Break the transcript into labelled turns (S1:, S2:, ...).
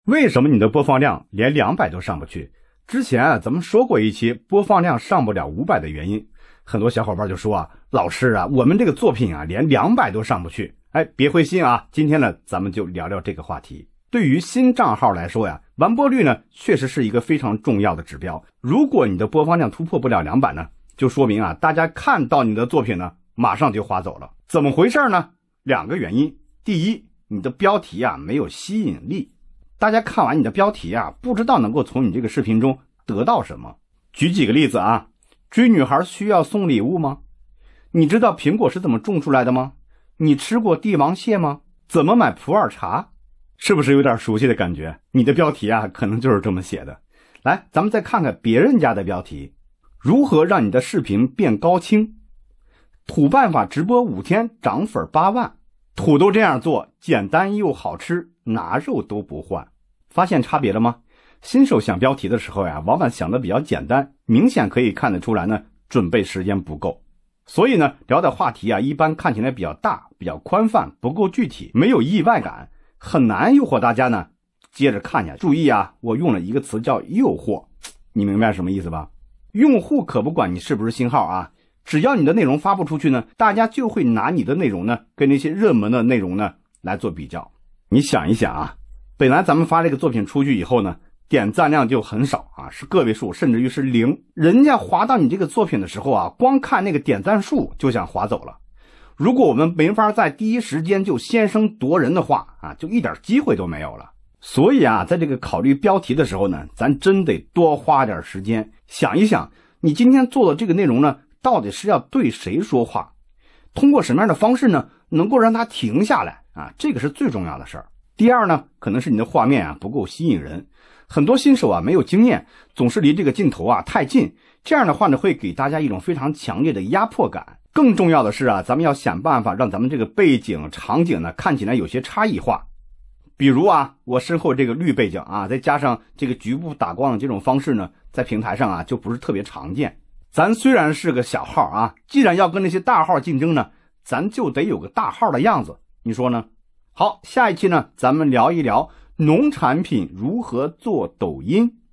S1: 为什么你的播放量连200都上不去？之前啊，咱们说过一期播放量上不了500的原因，很多小伙伴就说啊，老师啊，我们这个作品啊，连200都上不去。哎，别灰心啊，今天呢，咱们就聊聊这个话题。对于新账号来说呀，完播率呢，确实是一个非常重要的指标。如果你的播放量突破不了200呢，就说明啊，大家看到你的作品呢，马上就划走了。怎么回事呢？2个原因。第一，你的标题啊，没有吸引力。大家看完你的标题啊，不知道能够从你这个视频中得到什么。举几个例子啊，追女孩需要送礼物吗？你知道苹果是怎么种出来的吗？你吃过帝王蟹吗？怎么买普洱茶？是不是有点熟悉的感觉？你的标题啊，可能就是这么写的。来，咱们再看看别人家的标题。如何让你的视频变高清？土办法直播5天涨粉8万。土都这样做，简单又好吃，拿肉都不换。发现差别了吗？新手想标题的时候呀，往往想的比较简单，明显可以看得出来呢，准备时间不够。所以呢，聊的话题啊，一般看起来比较大，比较宽泛，不够具体，没有意外感，很难诱惑大家呢接着看下去。注意啊，我用了一个词叫诱惑，你明白什么意思吧？用户可不管你是不是新号啊，只要你的内容发布出去呢，大家就会拿你的内容呢跟那些热门的内容呢来做比较。你想一想啊，本来咱们发这个作品出去以后呢，点赞量就很少啊，是个位数，甚至于是0。人家滑到你这个作品的时候啊，光看那个点赞数就想滑走了。如果我们没法在第一时间就先声夺人的话啊，就一点机会都没有了。所以啊，在这个考虑标题的时候呢，咱真得多花点时间想一想，你今天做的这个内容呢，到底是要对谁说话？通过什么样的方式呢，能够让他停下来啊？这个是最重要的事儿。第二呢，可能是你的画面啊不够吸引人。很多新手啊没有经验，总是离这个镜头啊太近，这样的话呢，会给大家一种非常强烈的压迫感。更重要的是啊，咱们要想办法让咱们这个背景场景呢看起来有些差异化。比如啊，我身后这个绿背景啊，再加上这个局部打光的这种方式呢，在平台上啊就不是特别常见。咱虽然是个小号啊，既然要跟那些大号竞争呢，咱就得有个大号的样子，你说呢？好，下一期呢，咱们聊一聊农产品如何做抖音。